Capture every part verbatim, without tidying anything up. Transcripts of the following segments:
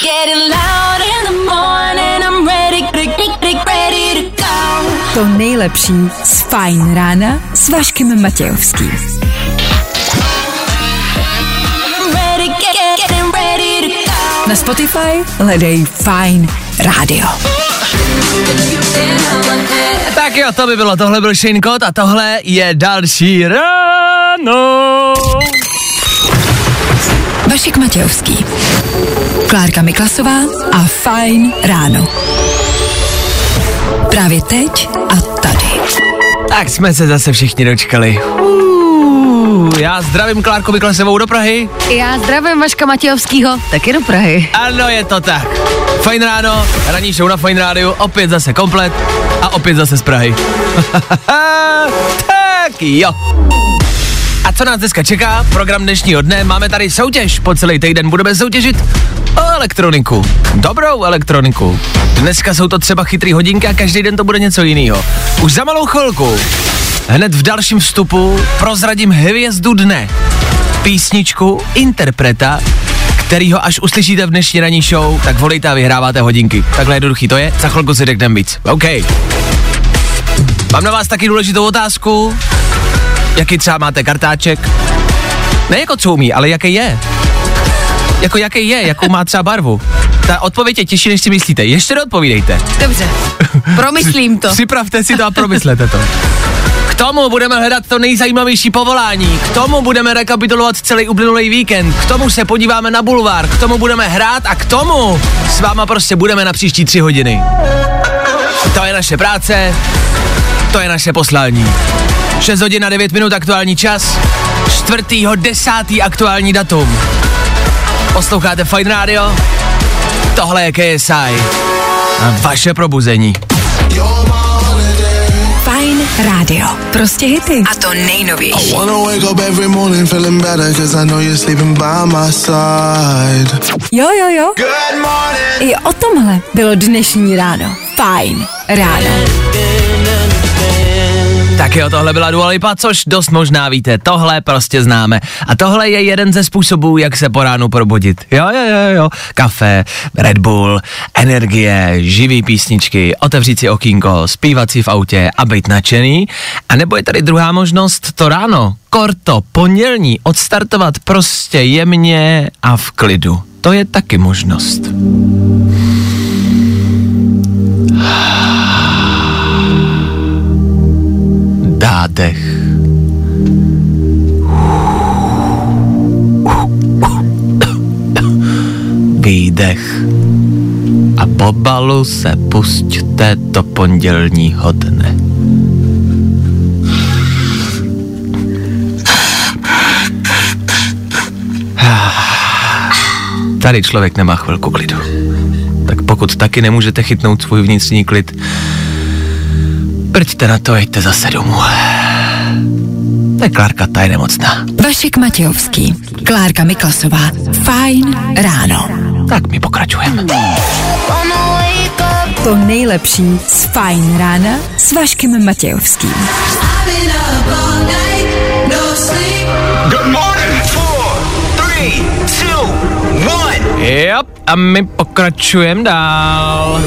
To nejlepší z Fajn rána s Vaškem Matějovským. Na Spotify hledej Fajn rádio. Tak jo, to by bylo, tohle byl Shane Code a tohle je další ráno. Vašek Matějovský, Klárka Miklasová a Fajn ráno. Právě teď a tady. Tak jsme se zase všichni dočkali. Uh, já zdravím Klárku Miklasovou do Prahy. Já zdravím Vaška Matějovskýho, taky do Prahy. Ano, je to tak. Fajn ráno, ranní show na Fajn rádiu, opět zase komplet a opět zase z Prahy. Tak jo. A co nás dneska čeká? Program dnešního dne. Máme tady soutěž. Po celý týden budeme soutěžit o elektroniku. Dobrou elektroniku. Dneska jsou to třeba chytrý hodinky a každý den to bude něco jiného. Už za malou chvilku, hned v dalším vstupu, prozradím hvězdu dne. Písničku, interpreta, kterýho až uslyšíte v dnešní ranní show, tak volejte a vyhráváte hodinky. Takhle jednoduchý to je. Za chvilku si řekneme víc. OK. Mám na vás taky důležitou otázku. Jaký třeba máte kartáček? Ne jako co umí, ale jaký je. Jako jaký je, jakou má třeba barvu. Ta odpověď je těžší, než si myslíte. Ještě neodpovídejte. Dobře, promyslím to. Připravte si to a promyslete to. K tomu budeme hledat to nejzajímavější povolání. K tomu budeme rekapitulovat celý uplynulý víkend. K tomu se podíváme na bulvár. K tomu budeme hrát a k tomu s váma prostě budeme na příští tři hodiny. To je naše práce. To je naše poslání. šest hodin a devět minut aktuální čas, čtvrtýho desátý aktuální datum. Posloucháte Fajn rádio, tohle je K S I a vaše probuzení. Fajn rádio. Prostě hity. A to nejnovější. Jo, jo, jo. I o tomhle bylo dnešní ráno. Fajn ráno. Tak jo, tohle byla Dua Lipa, což dost možná víte, tohle prostě známe. A tohle je jeden ze způsobů, jak se po ránu probudit. Jo, jo, jo, jo. Kafe, Red Bull, energie, živý písničky, otevřít si okýnko, zpívat si v autě a být nadšený. A nebo je tady druhá možnost, to ráno, korto, pondělní, odstartovat prostě jemně a v klidu. To je taky možnost. Dádech. Výdech. A po balu se pusťte do pondělního dne. Tady člověk nemá chvilku klidu. Tak pokud taky nemůžete chytnout svůj vnitřní klid, prďte na to, jeďte zase domů. To je Klárka, ta je nemocná. Vašek Matějovský, Klárka Miklasová, Fajn ráno. Tak my pokračujeme. To nejlepší z Fajn rána s Vaškem Matějovským. Good morning. Four, three, two, one. Yep, a my pokračujeme dál.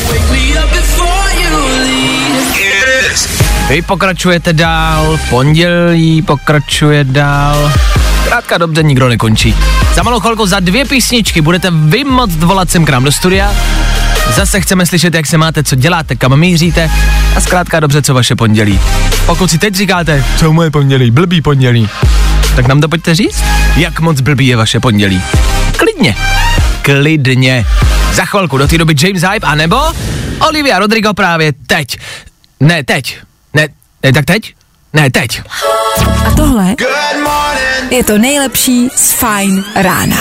Vy pokračujete dál, pondělí pokračuje dál. Krátka dobře, nikdo nekončí. Za malou chvilku, za dvě písničky budete vy moct volat sem k nám do studia. Zase chceme slyšet, jak se máte, co děláte, kam míříte a zkrátka dobře, co vaše pondělí. Pokud si teď říkáte, co moje pondělí, blbý pondělí, tak nám to pojďte říct, jak moc blbý je vaše pondělí. Klidně, klidně. Za chvilku, do té doby James Hype, anebo Olivia Rodrigo právě teď. Ne, teď. Ne, ne, tak teď? Ne, teď. A tohle je to nejlepší z Fajn rána.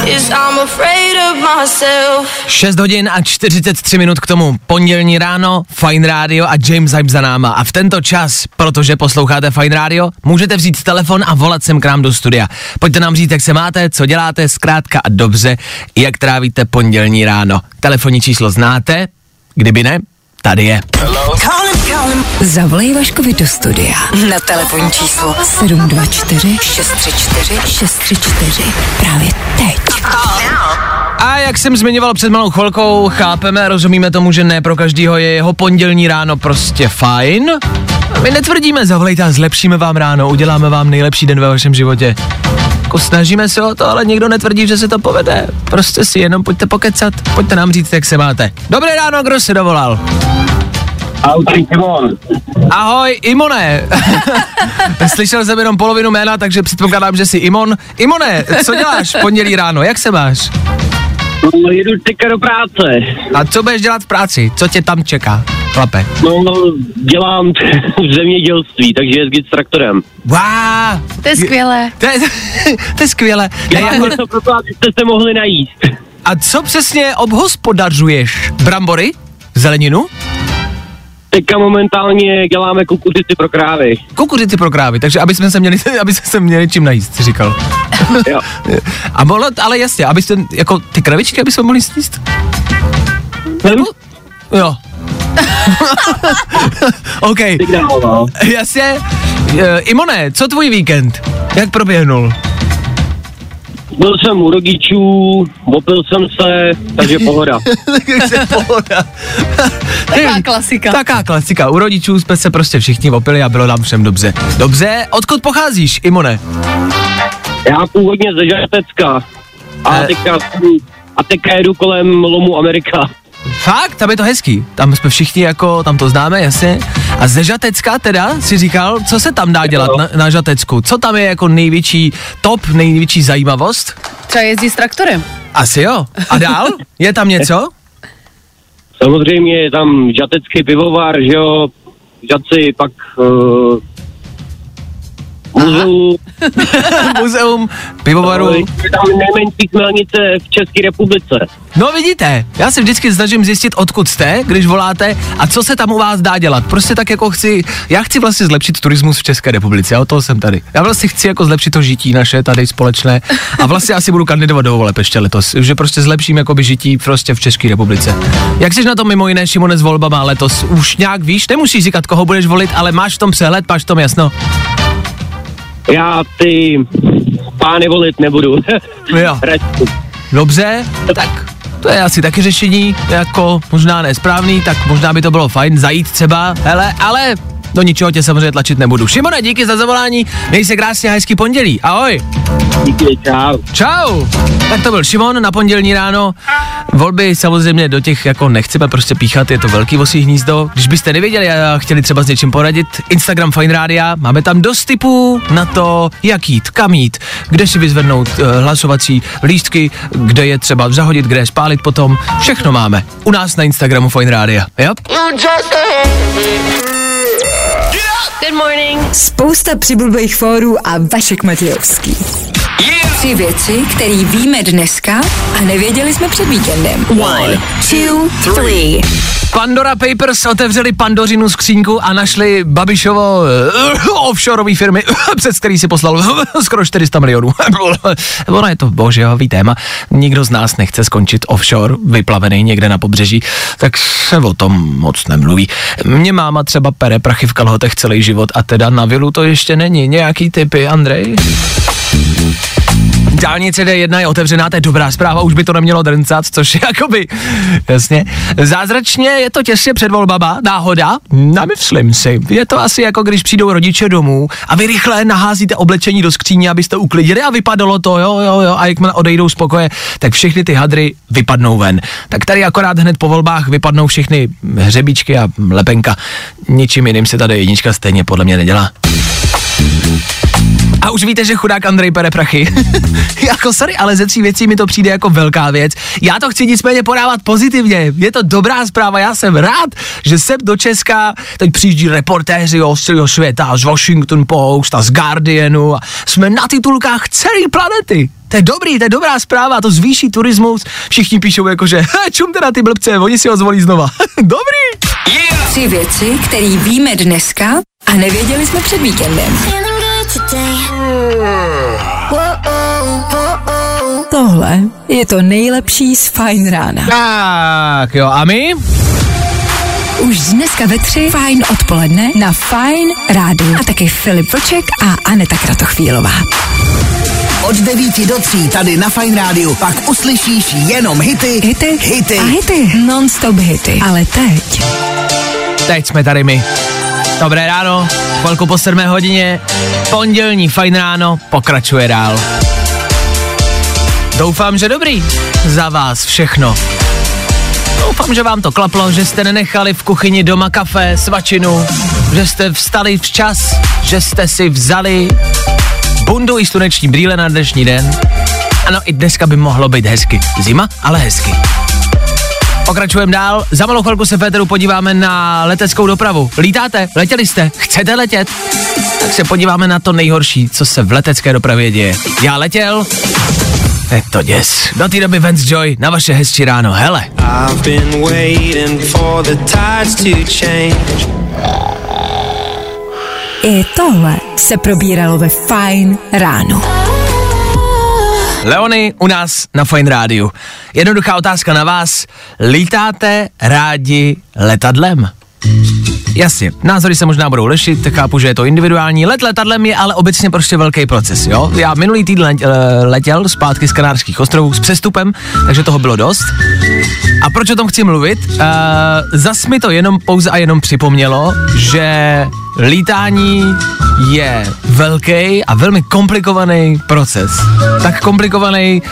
šest hodin a čtyřicet tři minut k tomu. Pondělní ráno, Fajn rádio a James Hype za náma. A v tento čas, protože posloucháte Fajn rádio, můžete vzít telefon a volat sem k nám do studia. Pojďte nám říct, jak se máte, co děláte, zkrátka a dobře, jak trávíte pondělní ráno. Telefonní číslo znáte, kdyby ne, tady je. Zavolej Vaškovi do studia na telefonní číslo sedm dva čtyři šest tři čtyři šest tři čtyři právě teď. A jak jsem zmiňoval před malou chvilkou, chápeme, rozumíme tomu, že ne pro každýho je jeho pondělní ráno prostě fajn. My netvrdíme, zavolejte a zlepšíme vám ráno, uděláme vám nejlepší den ve vašem životě. Jako snažíme se o to, ale nikdo netvrdí, že se to povede. Prostě si jenom pojďte pokecat, pojďte nám říct, jak se máte. Dobré ráno, kdo se dovolal? Ahoj, Imon. Ahoj, Imone. Slyšel jsem jenom polovinu jména, takže předpokládám, že jsi Imon. Imone, co děláš v pondělí ráno, jak se máš? No, jedu teďka do práce. A co budeš dělat v práci? Co tě tam čeká, chlape? No, dělám v zemědělství, takže jezdit s traktorem. Wow, To je skvělé. to je, to je skvělé. Ne, Já jako, něco pro to, abyste se mohli najíst. a co přesně obhospodařuješ? Brambory? Zeleninu? Teďka momentálně děláme kukuřici pro krávy. Kukuřici pro krávy, takže aby jsme se měli, aby jsme se měli čím najíst, jsi říkal. Jo. A mohlo, ale jasně, abyste, jako ty kravičky, aby jsme mohli sníst? Hm? Jo. OK. Teď dál, no. Jasně. E, Imone, co tvůj víkend? Jak proběhnul? Byl jsem u rodičů, opil jsem se, takže pohoda. Takže pohoda. Taká klasika. Taká klasika. U rodičů jsme se prostě všichni opili a bylo nám všem dobře. Dobře, odkud pocházíš, Imone? Já původně ze Žatecka. A Eh. teďka, a teďka jedu kolem lomu Amerika. Fakt? Tam je to hezký. Tam jsme všichni jako, tam to známe, jasně. A ze Žatecka teda, si říkal, co se tam dá dělat na, na Žatecku? Co tam je jako největší top, největší zajímavost? Třeba jezdí s traktorem. Asi jo. A dál? Je tam něco? Samozřejmě je tam žatecký pivovar, že jo, Žatci, pak uh, muzeu, Muzeum pivovaru. je tam nejmenší chmelnice v České republice. No vidíte, já se vždycky snažím zjistit, odkud jste, když voláte a co se tam u vás dá dělat. Prostě tak jako chci, já chci vlastně zlepšit turismus v České republice, a o toho jsem tady. Já vlastně chci jako zlepšit to žití naše tady společné a vlastně asi budu kandidovat do voleb ještě letos, že prostě zlepším jakoby žití prostě v České republice. Jak jsi na to mimo jiné, Šimone, s volbama letos? Už nějak víš, nemusíš říkat, koho budeš volit, ale máš v tom přehled, máš v tom jasno. Já ty pány volit nebudu. Jo. Radši. Dobře, tak to je asi taky řešení, jako možná nesprávný, tak možná by to bylo fajn zajít třeba, hele, ale do ničeho tě samozřejmě tlačit nebudu. Šimone, díky za zavolání, měj se krásně a hezký pondělí, ahoj. Díky, čau. Čau. Tak to byl Šimon na pondělní ráno. Volby samozřejmě do těch jako nechceme prostě píchat, je to velký vosí hnízdo. Když byste nevěděli a chtěli třeba s něčím poradit, Instagram Fajn Rádia, máme tam dost tipů na to, jak jít, kam jít, kde si vyzvednout uh, hlasovací lístky, kde je třeba zahodit, kde je spálit potom. Všechno máme u nás na Instagramu Fajn Rádia. Jo? Good morning. Spousta přibulbých fórů a Vašek Matějovský. Tři věci, které víme dneska a nevěděli jsme před víkendem. One, two, three. Pandora Papers otevřeli Pandořinu skřínku a našli Babišovo uh, offshoreový firmy, přes který si poslal skoro čtyři sta milionů. Ono je to božího téma. Nikdo z nás nechce skončit offshore, vyplavený někde na pobřeží, tak se o tom moc nemluví. Mě máma třeba pere prachy v kalhotech celý život a teda na vilu to ještě není. Nějaký typy, Andrej? Dálnice D jedna je otevřená, to je dobrá zpráva, už by to nemělo drncat, což je jakoby, jasně. Zázračně je to těsně před volbama, náhoda, nemyslím si. Je to asi jako když přijdou rodiče domů a vy rychle naházíte oblečení do skříně, abyste uklidili a vypadalo to, jo, jo, jo, a jakmile odejdou z pokoje, tak všechny ty hadry vypadnou ven. Tak tady akorát hned po volbách vypadnou všechny hřebíčky a lepenka. Ničím jiným se tady jednička stejně podle mě nedělá. A už víte, že chudák Andrej pere prachy. Jako sorry, ale ze tří věcí mi to přijde jako velká věc. Já to chci nicméně podávat pozitivně. Je to dobrá zpráva, já jsem rád, že sem do Česka teď přijíždí reportéři z celého světa, z Washington Post a z Guardianu a jsme na titulkách celé planety. To je dobrý, to je dobrá zpráva, to zvýší turismus. Všichni píšou jako, že čum teda ty blbce, oni si ho zvolí znova. Dobrý. Yeah. Tři věci, které víme dneska a nevěděli jsme před víkendem. Tohle je to nejlepší z Fajn rána. Tak jo, a my? Už dneska ve tři Fajn odpoledne na Fajn rádiu. A taky Filip Vlček a Aneta Kratochvílová. Od devíti do tří tady na Fajn rádiu pak uslyšíš jenom hity, Hity, hity a hity, non-stop hity. Ale teď. Teď jsme tady my. Dobré ráno, chvilku po sedmé hodině, pondělní Fajn ráno pokračuje dál. Doufám, že dobrý za vás všechno. Doufám, že vám to klaplo, že jste nenechali v kuchyni doma kafe, svačinu, že jste vstali včas, že jste si vzali bundu i sluneční brýle na dnešní den. Ano, i dneska by mohlo být hezky. Zima, ale hezky. Pokračujeme dál, za malou chvilku se v éteru podíváme na leteckou dopravu. Lítáte? Letěli jste? Chcete letět? Tak se podíváme na to nejhorší, co se v letecké dopravě děje. Já letěl, je to děs. Do té doby Vance Joy na vaše hezčí ráno, hele. I've been waiting for the tides to change. I tohle se probíralo ve Fajn ráno. Leony u nás na Fajn rádiu. Jednoduchá otázka na vás. Lítáte rádi letadlem? Jasně, názory se možná budou lišit, chápu, že je to individuální. Let letadlem je ale obecně prostě velký proces, jo? Já minulý týden letěl zpátky z Kanárských ostrovů s přestupem, takže toho bylo dost. A proč o tom chci mluvit? Uh, zas mi to jenom pouze a jenom připomnělo, že lítání je velký a velmi komplikovaný proces. Tak komplikovaný,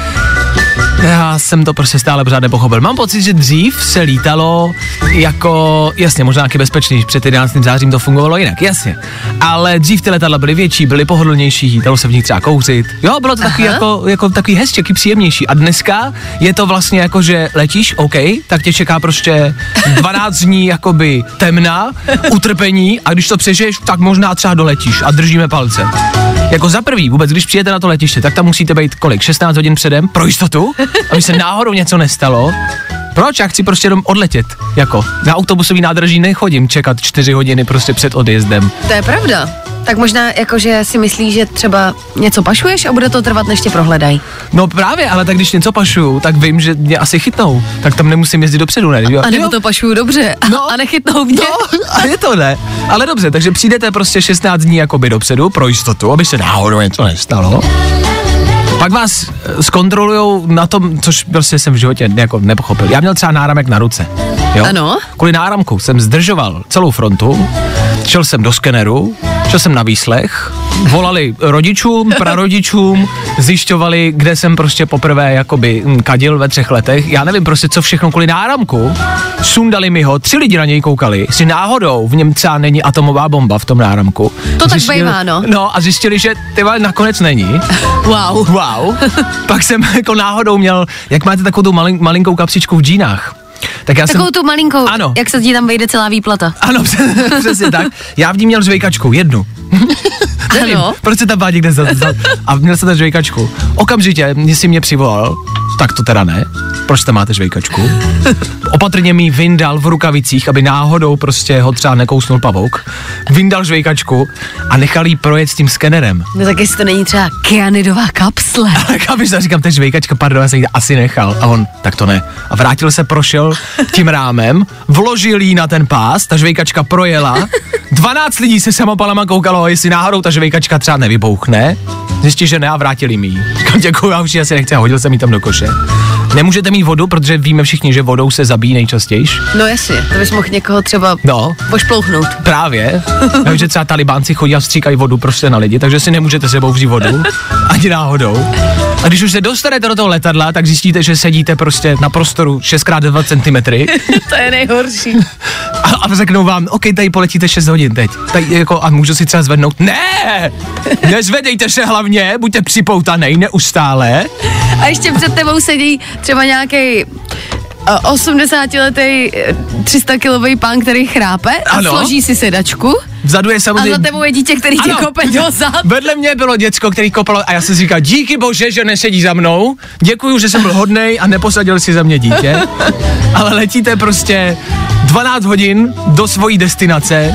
já jsem to prostě stále pořád nepochopil. Mám pocit, že dřív se lítalo jako, jasně, možná taky bezpečnější, před jedenáctým zářím to fungovalo jinak, jasně. Ale dřív ty letadla byly větší, byly pohodlnější, dalo se v nich třeba kouřit. Jo, bylo to takový jako, jako takový hezčí, takový příjemnější. A dneska je to vlastně jako, že letíš, OK, tak tě čeká prostě dvanáct dní jakoby temna, utrpení a když to přežiješ, tak možná třeba doletíš a držíme palce. Jako za prvý, vůbec, když přijete na to letiště, tak tam musíte být kolik? šestnáct hodin předem pro jistotu, aby se náhodou něco nestalo. Proč? Já chci prostě jenom odletět, jako. Na autobusový nádraží nechodím čekat čtyři hodiny prostě před odjezdem. To je pravda. Tak možná jakože si myslíš, že třeba něco pašuješ a bude to trvat, než tě prohledají. No právě, ale tak když něco pašuju, tak vím, že mě asi chytnou. Tak tam nemusím jezdit dopředu, ne? A nebo to pašuju dobře no, a nechytnou mě. No, a je to ne. Ale dobře, takže přijdete prostě šestnáct dní jakoby dopředu pro jistotu, aby se náhodou něco nestalo. Pak vás zkontrolujou na tom, což prostě jsem v životě jako nepochopil. Já měl třeba náramek na ruce, jo? Ano. Kvůli náramku jsem zdržoval celou frontu, šel jsem do skeneru, šel jsem na výslech, volali rodičům, prarodičům, zjišťovali, kde jsem prostě poprvé jakoby kadil ve třech letech. Já nevím prostě, co všechno kvůli náramku. Sundali mi ho, tři lidi na něj koukali, jestli náhodou v něm třeba není atomová bomba v tom náramku. To tak bývá, no. No a zjistili, že tyhle nakonec není. Wow. Wow. Pak jsem jako náhodou měl, jak máte takovou tu malin, malinkou kapsičku v džínách. Tak já Takovou jsem, tu malinkou, ano. Jak se ti tam vejde celá výplata. Ano, přesně tak. Já v ní měl žvejkačku, jednu. Nevím, ano. proč se tam bá někde za, za, a měl jsem tam žvejkačku. Okamžitě, jestli mě přivolal, tak to teda ne. Proč tam máte žvejkačku? Opatrně mi vyndal v rukavicích, aby náhodou prostě ho třeba nekousnul pavouk. Vyndal žvejkačku a nechal jí projet s tím skenerem. No tak jestli to není třeba kyanidová kapsle. Tak abych říkám, to je žvejkačka, pardon, já jsem ji asi nechal. A on, tak to ne. A vrátil se, prošel tím rámem, vložil jí na ten pás, ta žvejkačka projela. dvanáct lidí se samopalama koukalo, jestli náhodou ta žvejkačka třeba nevybouchne. Zjistí, že ne a vrátili mi ji. Říkám, děkuju, já už ji asi nechci a hodil jsem ji tam do koše. Nemůžete mít vodu, protože víme všichni, že vodou se zabíjí nejčastějš. No jasně, to bys mohl někoho třeba no. pošplouchnout. Právě. Takže třeba talibánci chodí a vstříkají vodu prostě na lidi, takže si nemůžete sebou vzít vodu, ani náhodou. A když už se dostanete do toho letadla, tak zjistíte, že sedíte prostě na prostoru šest krát dva centimetry. To je nejhorší. A, a řeknou vám, OK, tady poletíte šest hodin teď. Tady jako, a můžu si třeba zvednout? Ne! Nezvedejte se hlavně, buďte připoutanej neustále. A ještě před tebou sedí třeba nějaký osmdesátiletý tři sta kilový pán, který chrápe a ano. Složí si sedačku. Vzadu je samozřejmě... A za tebou je dítě, který tě kope do zad. Vedle mě bylo děcko, který kopalo a já jsem si říkal, díky bože, že nesedí za mnou. Děkuju, že jsem byl hodnej a neposadil si za mě dítě. Ale letíte prostě dvanáct hodin do svojí destinace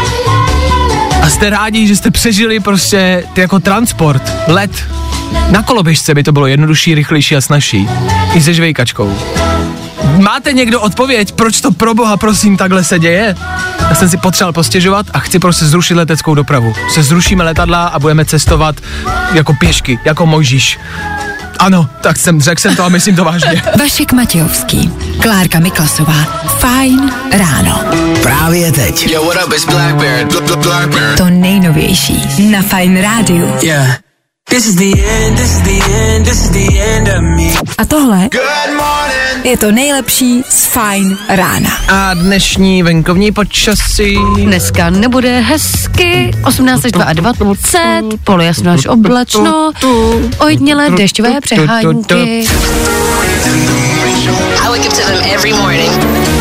a jste rádi, že jste přežili prostě jako transport, let. Na koloběžce by to bylo jednodušší, rychlejší a snazší. I se žvejkačkou. Máte někdo odpověď, proč to pro boha prosím takhle se děje? Já jsem si potřeboval postěžovat a chci prostě zrušit leteckou dopravu. Se zrušíme letadla a budeme cestovat jako pěšky, jako Mojžíš. Ano, tak jsem, řekl jsem to a myslím to vážně. Vašek Matějovský, Klárka Miklasová, Fajn ráno. Právě teď. Yo, what up, it's Blackbeard. Blackbeard. To nejnovější na Fajn rádiu. Yeah. This is the end, this is the end, this is the end of me. A tohle Good morning. je to nejlepší z Fajn rána. A dnešní venkovní počasí. Dneska nebude hezky, osmnáct až dvacet dva, polojasno až oblačno, ojedinělé dešťové přehánky. I wake up to them every morning.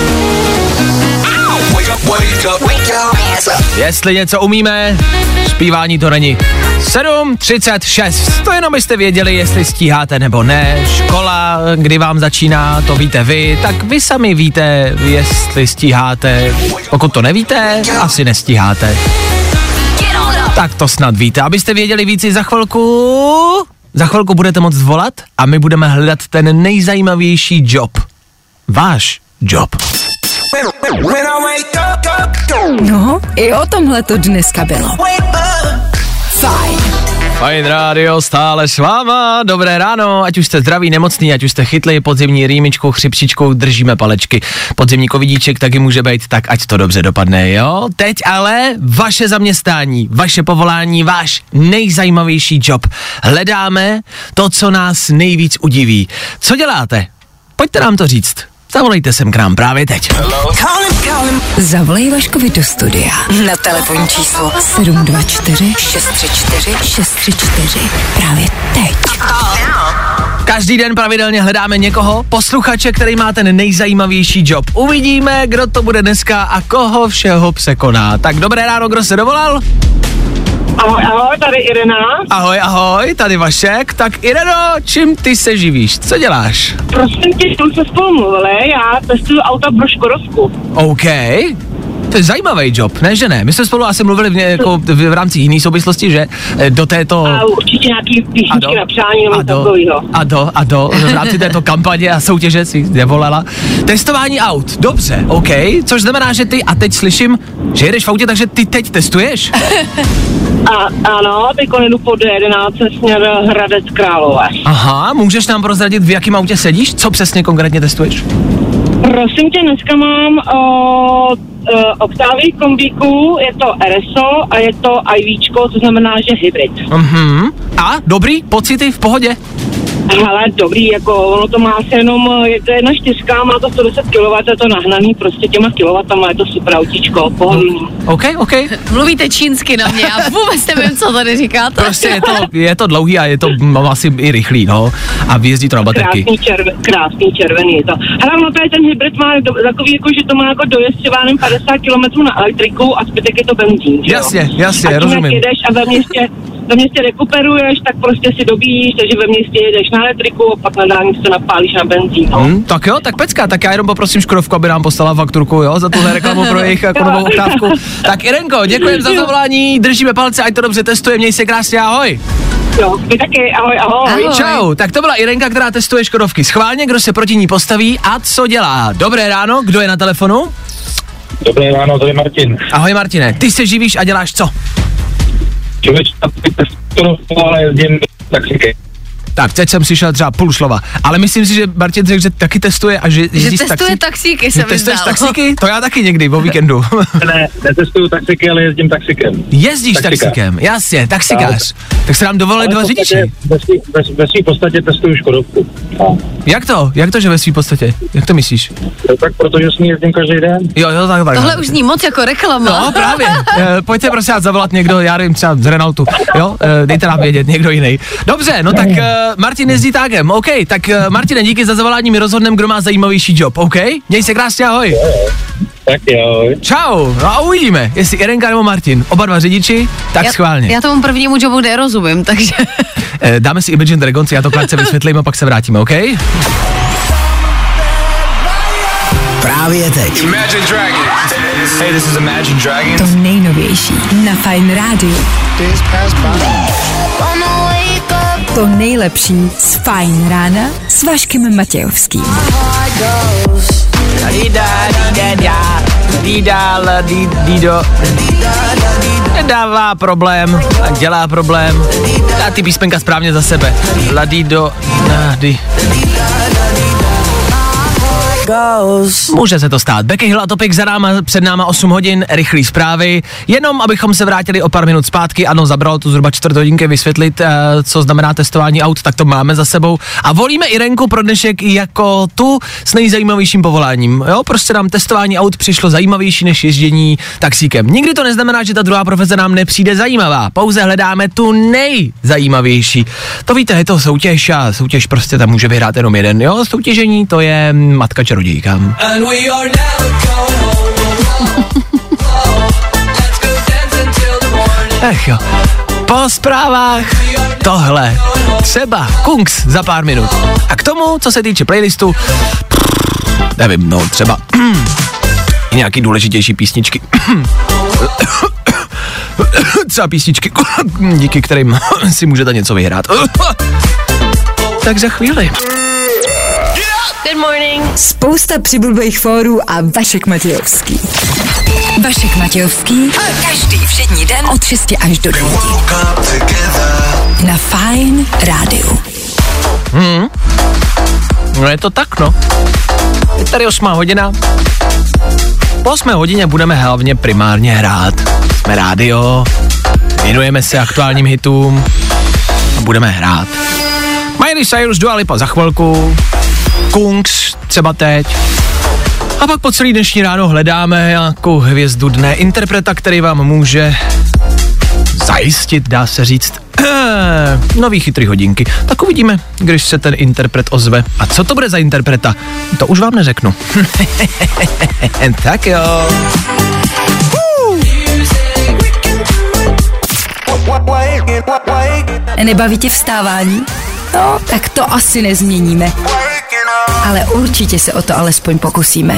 Wake up, wake up, wake up. Jestli něco umíme, zpívání to není. sedm třicet šest, to jenom byste věděli, jestli stíháte nebo ne. Škola, kdy vám začíná, to víte vy, tak vy sami víte, jestli stíháte. Pokud to nevíte, asi nestíháte. Tak to snad víte. Abyste věděli víc, za chvilku, za chvilku budete moct volat a my budeme hledat ten nejzajímavější job. Váš job. No, i o tomhle to dneska bylo. Fajn. Fajn rádio stále s váma, dobré ráno, ať už jste zdraví, nemocný, ať už jste chytli podzimní rýmičkou, chřipčičkou, držíme palečky. Podzimní covidíček taky může být, tak ať to dobře dopadne, jo? Teď ale vaše zaměstnání, vaše povolání, váš nejzajímavější job. Hledáme to, co nás nejvíc udiví. Co děláte? Pojďte nám to říct. Zavolejte sem k nám právě teď. Zavolej Vaškovi do studia na telefonní číslo sedm dva čtyři šest tři čtyři šest tři čtyři. Právě teď. Každý den pravidelně hledáme někoho, posluchače, který má ten nejzajímavější job. Uvidíme, kdo to bude dneska a koho všeho překoná. Tak dobré ráno, kdo se dovolal? Ahoj, ahoj, tady Irena. Ahoj, ahoj, tady Vašek. Tak Ireno, čím ty se živíš? Co děláš? Prosím tě, jsme se spolu mluvili, já testuju auta pro Škodovku. OK. To je zajímavý job, ne, že ne? My jsme spolu asi mluvili v, ně, jako v, v rámci jiné souvislosti, že do této... A určitě nějaký písničky na přání nebo takovýho. A do, a do, v rámci této kampaně a soutěže si nevolala. Testování aut, dobře, OK, což znamená, že ty, a teď slyším, že jedeš v autě, takže ty teď testuješ? A, ano, teď jdu po D jedenáct směr Hradec Králové. Aha, můžeš nám prozradit, v jakém autě sedíš? Co přesně konkrétně testuješ? Prosím tě, dneska mám o, o, Octavii kombíku, je to R S O a je to IVčko, to znamená, že hybrid. Mhm. A, dobrý, pocity, v pohodě? Hele, dobrý, jako ono to má asi jenom, je to jedna čtyřka, má to sto deset kilowattů, je to nahnaný prostě těma kilowattama, je to super autíčko, pohodlný. OK, OK. Mluvíte čínsky na mě, já vůbec nevím, co tady říkáte. Prostě je to, je to dlouhý a je to no, asi i rychlý, no. A vyjezdí to na baterky. Krásný, červe, krásný červený je to. Hele, ono tady ten hybrid má do, takový, jako, že to má jako dojezd třeba jenom padesát kilometrů na elektriku a zbytek je to benzín, že jo? Jasně, jasně, a tím, rozumím. jak jedeš a ve městě, ve městě rekuperuješ, tak prostě si dobíjíš, takže ve městě jedeš na elektriku a pak na dálnici se napálíš na benzín. No. Hmm, tak jo, tak pecka, tak já jenom poprosím Škodovku, aby nám poslala fakturku, jo, za tuhle reklamu pro jejich jako novou oktávku. Tak Irenko, děkujem za zavolání, držíme palce, ať to dobře testuje, měj se krásně, ahoj. Jo, vy taky, ahoj, ahoj. Ahoj. Čau, tak to byla Irenka, která testuje Škodovky. Schválně, kdo se proti ní postaví a co dělá. Dobré ráno, kdo je na telefonu? Dobré ráno, tady Martin. Ahoj Martine, ty se živíš a děláš co? Člověč, ale jezdím taxiky. Tak, teď jsem slyšel třeba půl slova, ale myslím si, že Martin řekl, že taky testuje a že Že jezdí s testuje taxík. taxíky, se mi Testuješ zdálo. taxíky? To já taky někdy o víkendu. Ne, netestuju taxiky, ale jezdím taxikem. Jezdíš Taxikář. taxikem, jasně, taxikář. Tak se nám dovolili dva řidiči. Ve svý, ve, ve svý podstatě testuju Škodovku. No. Jak to? Jak to, že ve svý podstatě? Jak to myslíš? No, tak protože s ní jezdím každý den. Jo, jo, tak, tak. Tohle tak. už zní moc jako reklama. No, právě. E, pojďte prosím vás zavolat někdo, já nevím, třeba z Renaultu, jo? E, dejte nám vědět, někdo jiný. Dobře, no tak e, Martin jezdí tágem, OK, tak e, Martine, díky za zavolání, my rozhodneme, kdo má zajímavější job, OK? Měj se krásně, ahoj. Tak jo. Čau, no a uvidíme, jestli Irenka nebo Martin, oba dva řidiči, tak já, schválně. já tomu prvnímu jobu nerozumím, takže... E, dáme si Imagine Dragons, já to krátce vysvětlím a pak se vrátíme, OK? Právě teď. Imagine Dragons. Hey, this is Imagine Dragons. To nejnovější na Fajn rádiu. To nejlepší z Fajn rána s Vaškem Matějovským. Nedává problém a dělá problém. Dá ty písmenka správně za sebe. Ladido, nady. Může se to stát. Becky Hill a Topik za náma, před náma osm hodin, rychlý zprávy. Jenom abychom se vrátili o pár minut zpátky, ano, zabralo to zhruba čtvrt hodinky vysvětlit, uh, co znamená testování aut, tak to máme za sebou. A volíme Irenku pro dnešek jako tu s nejzajímavějším povoláním. Jo, prostě nám testování aut přišlo zajímavější než ježdění taxíkem. Nikdy to neznamená, že ta druhá profese nám nepřijde zajímavá. Pouze hledáme tu nejzajímavější. To víte, je to soutěž a soutěž prostě tam může vyhrát jenom jeden. Jo, soutěžení to je matka čarodějka. Ech jo. Po zprávách tohle. Třeba Kungs za pár minut. A k tomu, co se týče playlistu, nevím, no třeba nějaký důležitější písničky. Třeba písničky, díky kterým si můžete něco vyhrát. Tak za chvíli. Good morning. Spousta přibulbých fórů a Vašek Matějovský. Vašek Matějovský. Každý všední den od šesti až do devíti. Na Fajn rádiu. Hmm. No je to tak, no. Je tady osmá hodina. Po osmé hodině budeme hlavně primárně hrát. Jsme rádio, věnujeme se aktuálním hitům a budeme hrát. Miley Cyrus, Dua Lipa za chvilku, Kungs třeba teď. A pak po celý dnešní ráno hledáme nějakou hvězdu dne, interpreta, který vám může zajistit, dá se říct, nový chytrý hodinky. Tak uvidíme, když se ten interpret ozve. A co to bude za interpreta? To už vám neřeknu. Tak jo. Nebaví tě vstávání? No, tak to asi nezměníme. Ale určitě se o to alespoň pokusíme.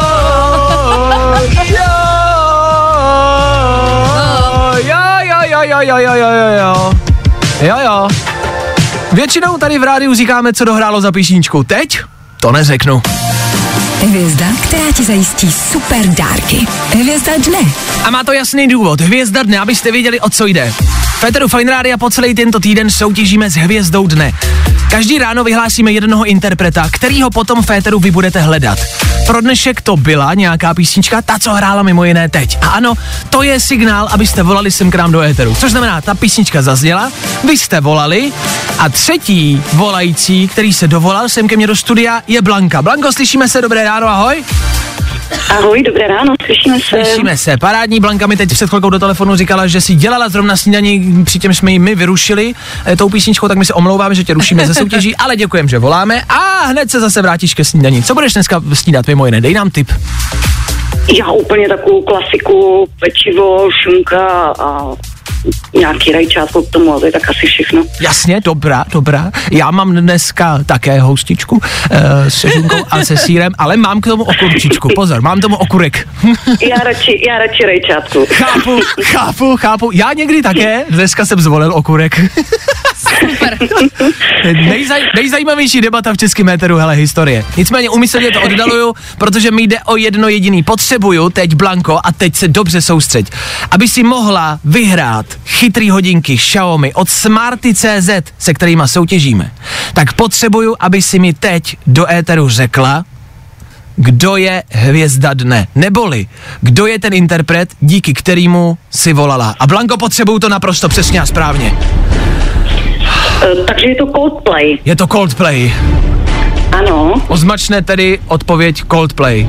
Jo, jo, jo, jo, jo, jo, jo, jo. Jo, jo. Většinou tady v rádiu říkáme, co dohrálo za písničku. Teď to neřeknu. Hvězda, která ti zajistí super dárky. Hvězda dne. A má to jasný důvod. Hvězda dne, abyste věděli, o co jde. V Féteru Fajn rádia po celý tento týden soutěžíme s hvězdou dne. Každý ráno vyhlásíme jednoho interpreta, kterýho potom v Féteru vy budete hledat. Pro dnešek to byla nějaká písnička, ta, co hrála mimo jiné teď. A ano, to je signál, abyste volali sem k nám do éteru. Což znamená, ta písnička zazněla, vy jste volali a třetí volající, který se dovolal sem ke mně do studia, je Blanka. Blanko, slyšíme se, dobré ráno, ahoj. Ahoj, dobré ráno, slyšíme se. Slyšíme se. Parádní Blanka mi teď před chvilkou do telefonu říkala, že si dělala zrovna snídaní, přitom jsme ji my vyrušili e, tou písničkou, tak my se omlouváme, že tě rušíme ze soutěží, ale děkujeme, že voláme a hned se zase vrátíš ke snídaní. Co budeš dneska snídat, mimo jiné? Dej nám tip. Já úplně takovou klasiku, pečivo, šunka a nějaký rajčátko k tomu, a to je tak asi všechno. Jasně, dobrá, dobrá. Já mám dneska také houstičku e, se šunkou a se sýrem, ale mám k tomu okurčičku. Pozor, mám tomu okurek. já radši, já radši rajčátku. Chápu, chápu, chápu. Já někdy také, dneska jsem zvolil okurek. Super. Nejzaj, nejzajímavější debata v českém éteru, hele, historie. Nicméně umyslně to oddaluju, protože mi jde o jedno jediný. Potřebuju teď, Blanko, a teď se dobře soustřeď, aby si mohla vyhrát chytrý hodinky Xiaomi od Smarty tečka cé zet, se kterýma soutěžíme. Tak potřebuju, aby si mi teď do éteru řekla, kdo je hvězda dne, neboli kdo je ten interpret, díky kterému si volala. A Blanko, potřebuju to naprosto přesně a správně. Uh, takže je to Coldplay. Je to Coldplay. Ano. Označne tedy odpověď Coldplay.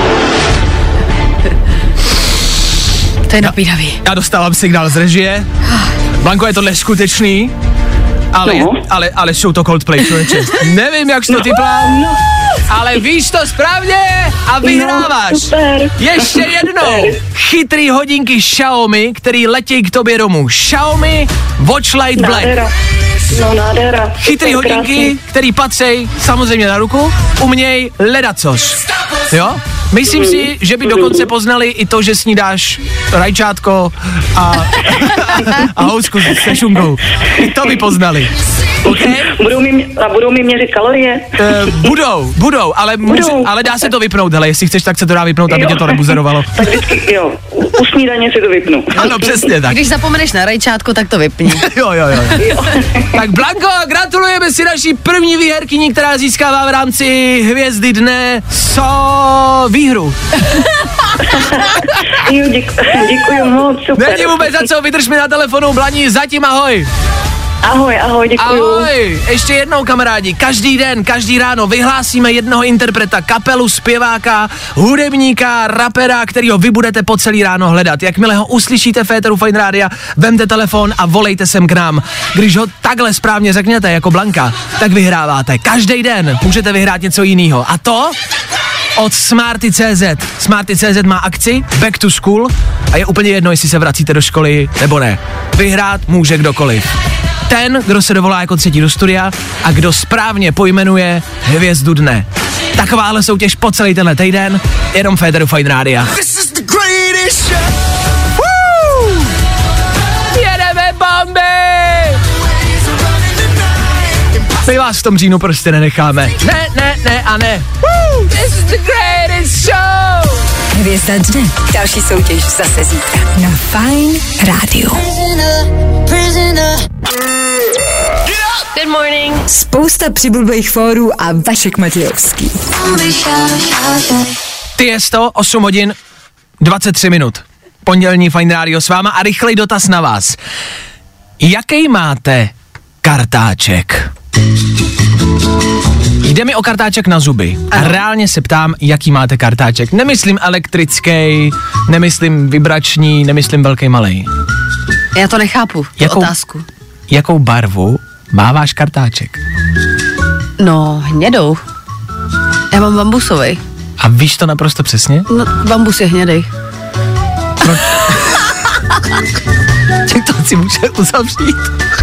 To je napínavý. Já dostávám signál z režie. Blanko, je to neskutečný, ale, no. ale, ale jsou to Coldplay, člověče. Nevím, jak jsi to typla, no. Ale víš to správně a vyhráváš. No, super. Ještě jednou. Chytrý hodinky Xiaomi, který letějí k tobě domů. Xiaomi Watch Lite Black. Nádhera. No, nádhera. Chytrý hodinky, který patří samozřejmě na ruku, uměj ledacos. Jo? Myslím si, že by dokonce poznali i to, že snídáš rajčátko a, a housku se šunkou. I to by poznali. Okay? Budou mi, a budou mi měřit kalorie? Uh, budou, budou, ale, budou. Může, ale dá se to vypnout, hele, jestli chceš, tak se to dá vypnout, aby jo. tě to nebuzerovalo. Tak vždycky, jo, u, u snídaně si to vypnu. Ano, přesně tak. Když zapomeneš na rajčátko, tak to vypni. jo, jo, jo. jo. Tak Blanko, gratulujeme si naší první výherkyni, která získává v rámci Hvězdy dne so výhru. jo, děku, děkuji moc, super. Není vůbec za co, vydrž mi na telefonu, Blaní, zatím ahoj. Ahoj, ahoj, děkuju. Ahoj, ještě jednou kamarádi, každý den, každý ráno vyhlásíme jednoho interpreta, kapelu, zpěváka, hudebníka, rapera, kterýho vy budete po celý ráno hledat. Jakmile ho uslyšíte v éteru Fajn Rádia, vemte telefon a volejte sem k nám. Když ho takhle správně řekněte jako Blanka, tak vyhráváte. Každý den můžete vyhrát něco jiného. A to od Smarty tečka cé zet. Smarty tečka cé zet má akci Back to School a je úplně jedno, jestli se vracíte do školy nebo ne. Vyhrát může kdokoliv. Ten, kdo se dovolá jako třetí do studia a kdo správně pojmenuje Hvězdu dne. Takováhle soutěž po celý tenhle týden, jenom v éteru Fajn Rádia. Jedeme bomby! My vás v tom říjnu prostě nenecháme. Ne, ne, ne a ne. Woo! This is the greatest show! Hvězda dne. Další soutěž zase zítra na Fajn Rádiu. Good morning. Spousta přibulbých fórů a Vašek Matějovský. Ty je sto, osm hodin, dvacet tři minut. Pondělní Fajn Rádio s váma a rychlej dotaz na vás. Jaký máte kartáček? Jde mi o kartáček na zuby. A reálně se ptám, jaký máte kartáček. Nemyslím elektrický, nemyslím vibrační, nemyslím velký, malej. Já to nechápu, tu jakou, otázku. Jakou barvu má váš kartáček? No, hnědou. Já mám bambusovej. A víš to naprosto přesně? No, bambus je hnědej. Proč? Tak to si může uzavřít.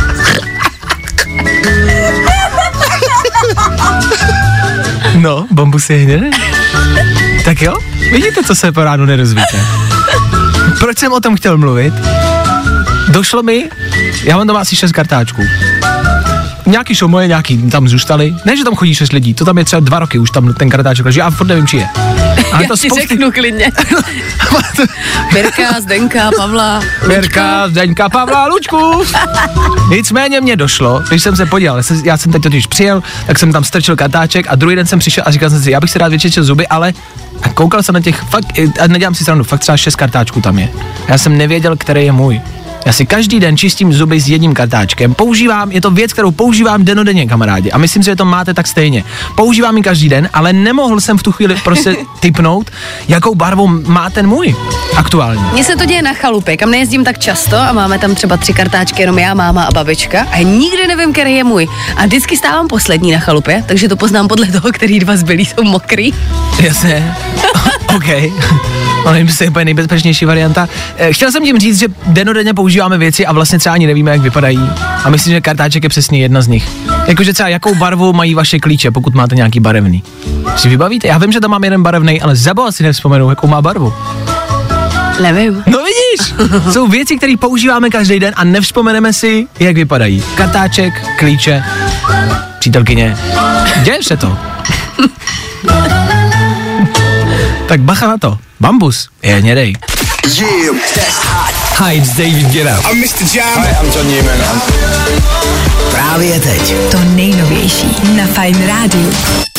No, bambus je hnědej. Tak jo, vidíte, co se po ránu nerozvíte. Proč jsem o tom chtěl mluvit? Došlo mi, já mám doma asi šest kartáčků. Nějaký jsou moje, nějaký tam zůstaly. Ne, že tam chodí šest lidí, to tam je třeba dva roky, už tam ten kartáček leží, já furt nevím, či je. Ale já to si spousty... řeknu klidně. Mirka, Zdenka, Pavla, Mirka, Zdenka, Pavla, Lučku. Nicméně mě došlo, když jsem se podíval, já jsem teď totiž přijel, tak jsem tam strčil kartáček a druhý den jsem přišel a říkal jsem si, já bych si rád vyčistil zuby, ale a koukal jsem na těch, fakt, a nedělám si srandu, fakt třeba šest kartáčků tam je. Já jsem nevěděl, který je můj. Já si každý den čistím zuby s jedním kartáčkem. Používám, je to věc, kterou používám dennodenně, kamarádi. A myslím si, že to máte tak stejně. Používám ji každý den, ale nemohl jsem v tu chvíli prostě tipnout, jakou barvu má ten můj aktuálně. Mně se to děje na chalupě, kam nejezdím tak často a máme tam třeba tři kartáčky, jenom já, máma a babička a nikdy nevím, který je můj. A vždycky stávám poslední na chalupě, takže to poznám podle toho, který dva zbylí jsou mokrý. Jasně. OK. Ale jim se je úplně nejbezpečnější varianta. Chtěl jsem tím říct, že dennodenně používáme věci a vlastně třeba ani nevíme, jak vypadají. A myslím, že kartáček je přesně jedna z nich. Jakože třeba jakou barvu mají vaše klíče, pokud máte nějaký barevný. Si vybavíte? Já vím, že tam mám jeden barevný, ale zaboha si nevzpomenu, jakou má barvu. Nevím. No vidíš, jsou věci, které používáme každý den a nevzpomeneme si, jak vypadají. Kartáček, klíče, přítelkyně. Děje se to. Tak bacha na to. Bambus je hnědej. Yeah, that's hot. Hi, it's David Guetta. I'm mister Jam. Hi, I'm John Newman. Právě teď. To nejnovější na Fajn Rádiu.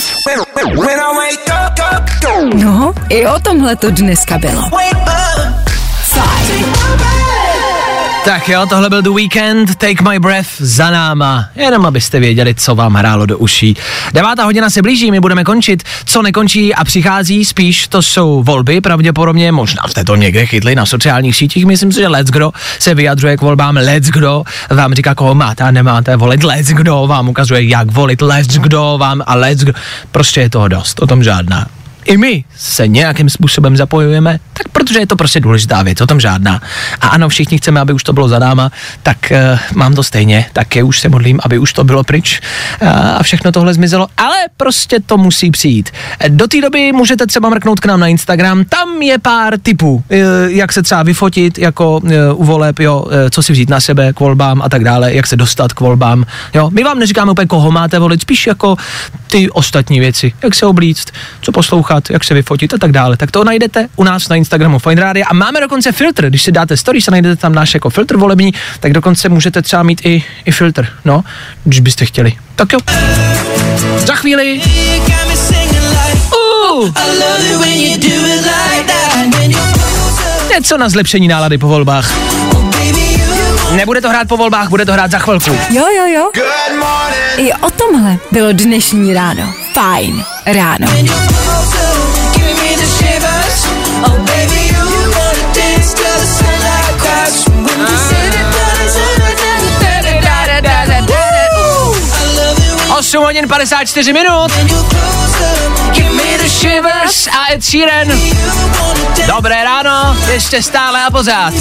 No, i o tomhle to dneska bylo. Fajn. Tak jo, tohle byl The Weeknd, Take My Breath za náma, jenom abyste věděli, co vám hrálo do uší. Devátá hodina se blíží, my budeme končit, co nekončí a přichází spíš, to jsou volby, pravděpodobně, možná jste to někde chytli na sociálních sítích, myslím si, že let's kdo se vyjadřuje k volbám, let's kdo vám říká, koho máte a nemáte volit, let's kdo vám ukazuje, jak volit, let's kdo vám a let's kdo, prostě je toho dost, o tom žádná. i my se nějakým způsobem zapojujeme, tak protože je to prostě důležitá věc, o tom žádná. A ano, všichni chceme, aby už to bylo za náma, tak uh, mám to stejně, tak je už se modlím, aby už to bylo pryč uh, a všechno tohle zmizelo, ale prostě to musí přijít. Do té doby můžete třeba mrknout k nám na Instagram, tam je pár tipů, uh, jak se třeba vyfotit jako uh, u voleb, jo, uh, co si vzít na sebe k volbám a tak dále, jak se dostat k volbám, jo. My vám neříkáme úplně, koho máte volit, spíš jako ty ostatní věci, jak se oblíct, co poslouchat, jak se vyfotit a tak dále. Tak to najdete u nás na Instagramu Fine Radio a máme dokonce filtr, když si dáte stories a najdete tam náš jako filtr volební, tak dokonce můžete třeba mít i, i filtr, no, když byste chtěli. Tak jo. Za chvíli. Uh. Něco na zlepšení nálady po volbách. Nebude to hrát po volbách, bude to hrát za chvilku. Jo, jo, jo. I o tomhle bylo dnešní ráno. Fajn ráno. osm hodin padesát čtyři minut. A Ed Sheeran. Dobré ráno, ještě stále a pořád.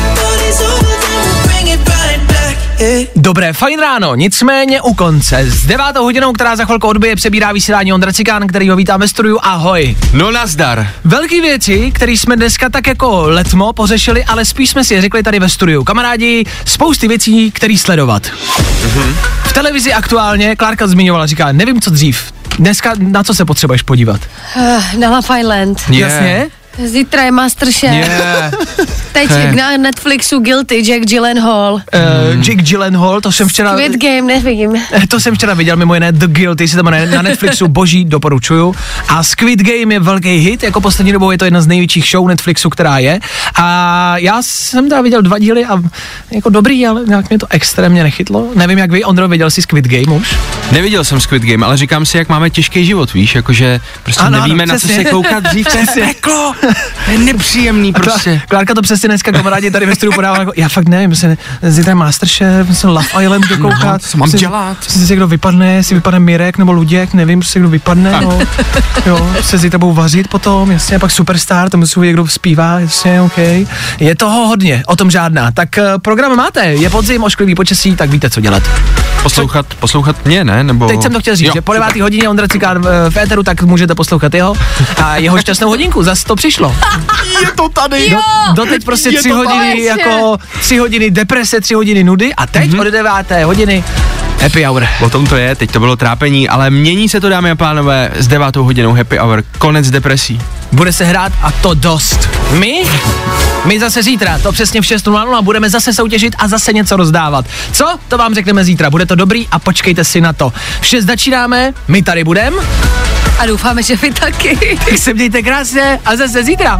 Dobré, fajn ráno, nicméně u konce. S devátou hodinou, která za chvilku odbije, přebírá vysílání Ondra Cikán, který ho vítám ve studiu. Ahoj. No nazdar. Velký věci, které jsme dneska tak jako letmo pořešili, ale spíš jsme si je řekli tady ve studiu. Kamarádi, spousty věcí, který sledovat. Mm-hmm. V televizi aktuálně, Klárka zmiňovala, říká, nevím co dřív. Dneska na co se potřebuješ podívat? Uh, na Love Island. Yeah. Jasně? Zítra je Masterchef. Yeah. Teď hey. Na Netflixu Guilty, Jack Gyllenhaal. Uh, Jack Gyllenhaal, to jsem včera... Squid Game, nevím. To jsem včera viděl, mimo jiné The Guilty, si tam na Netflixu, boží, doporučuju. A Squid Game je velký hit, jako poslední dobou je to jedna z největších show Netflixu, která je. A já jsem teda viděl dva díly a jako dobrý, ale nějak mě to extrémně nechytlo. Nevím, jak vy, Ondro, viděl jsi Squid Game už? Neviděl jsem Squid Game, ale říkám si, jak máme těžký život, víš, jakože prostě ano, nevíme, ano, na co se koukat dřív, to je peklo. To je nepříjemný prostě. Klárka to přesně dneska kamarádi tady ve studiu podává, jako, já fakt nevím, myslím, zítra Masterchef, myslím Love Island dokoukat. No, co mám myslím, dělat? Myslím, kdo vypadne, jestli vypadne Mirek nebo Luděk, nevím, prostě kdo vypadne, no. Jo, se zítra budou vařit potom, jasně, pak Superstar, to musí někdo zpívá, jasně, OK. Je toho hodně, o tom žádná. Tak uh, program máte, je podzim, ošklivý počasí, tak víte, co dělat. Poslouchat, poslouchat mě, ne? Nebo... Teď jsem to chtěl říct, jo, že po devátý hodině Ondra Cikán v éteru, tak můžete poslouchat jeho a jeho šťastnou hodinku, zas to přišlo. Je to tady. Do, doteď prostě tři hodiny jako tři hodiny deprese, tři hodiny nudy a teď mm-hmm. od deváté hodiny happy hour. O tom to je, teď to bylo trápení, ale mění se to, dámy a pánové, s devátou hodinou happy hour, konec depresí. Bude se hrát a to dost. My? My zase zítra, to přesně v šest nula nula budeme zase soutěžit a zase něco rozdávat. Co? To vám řekneme zítra, bude to dobrý a počkejte si na to. V šest začínáme, my tady budem. A doufáme, že vy taky. Tak se mějte krásně a zase zítra.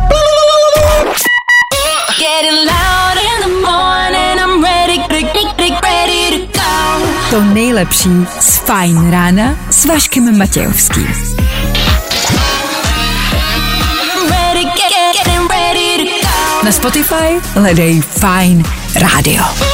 To nejlepší z Fajn rána s Vaškem Matějovským. Na Spotify hledej Fajn Radio.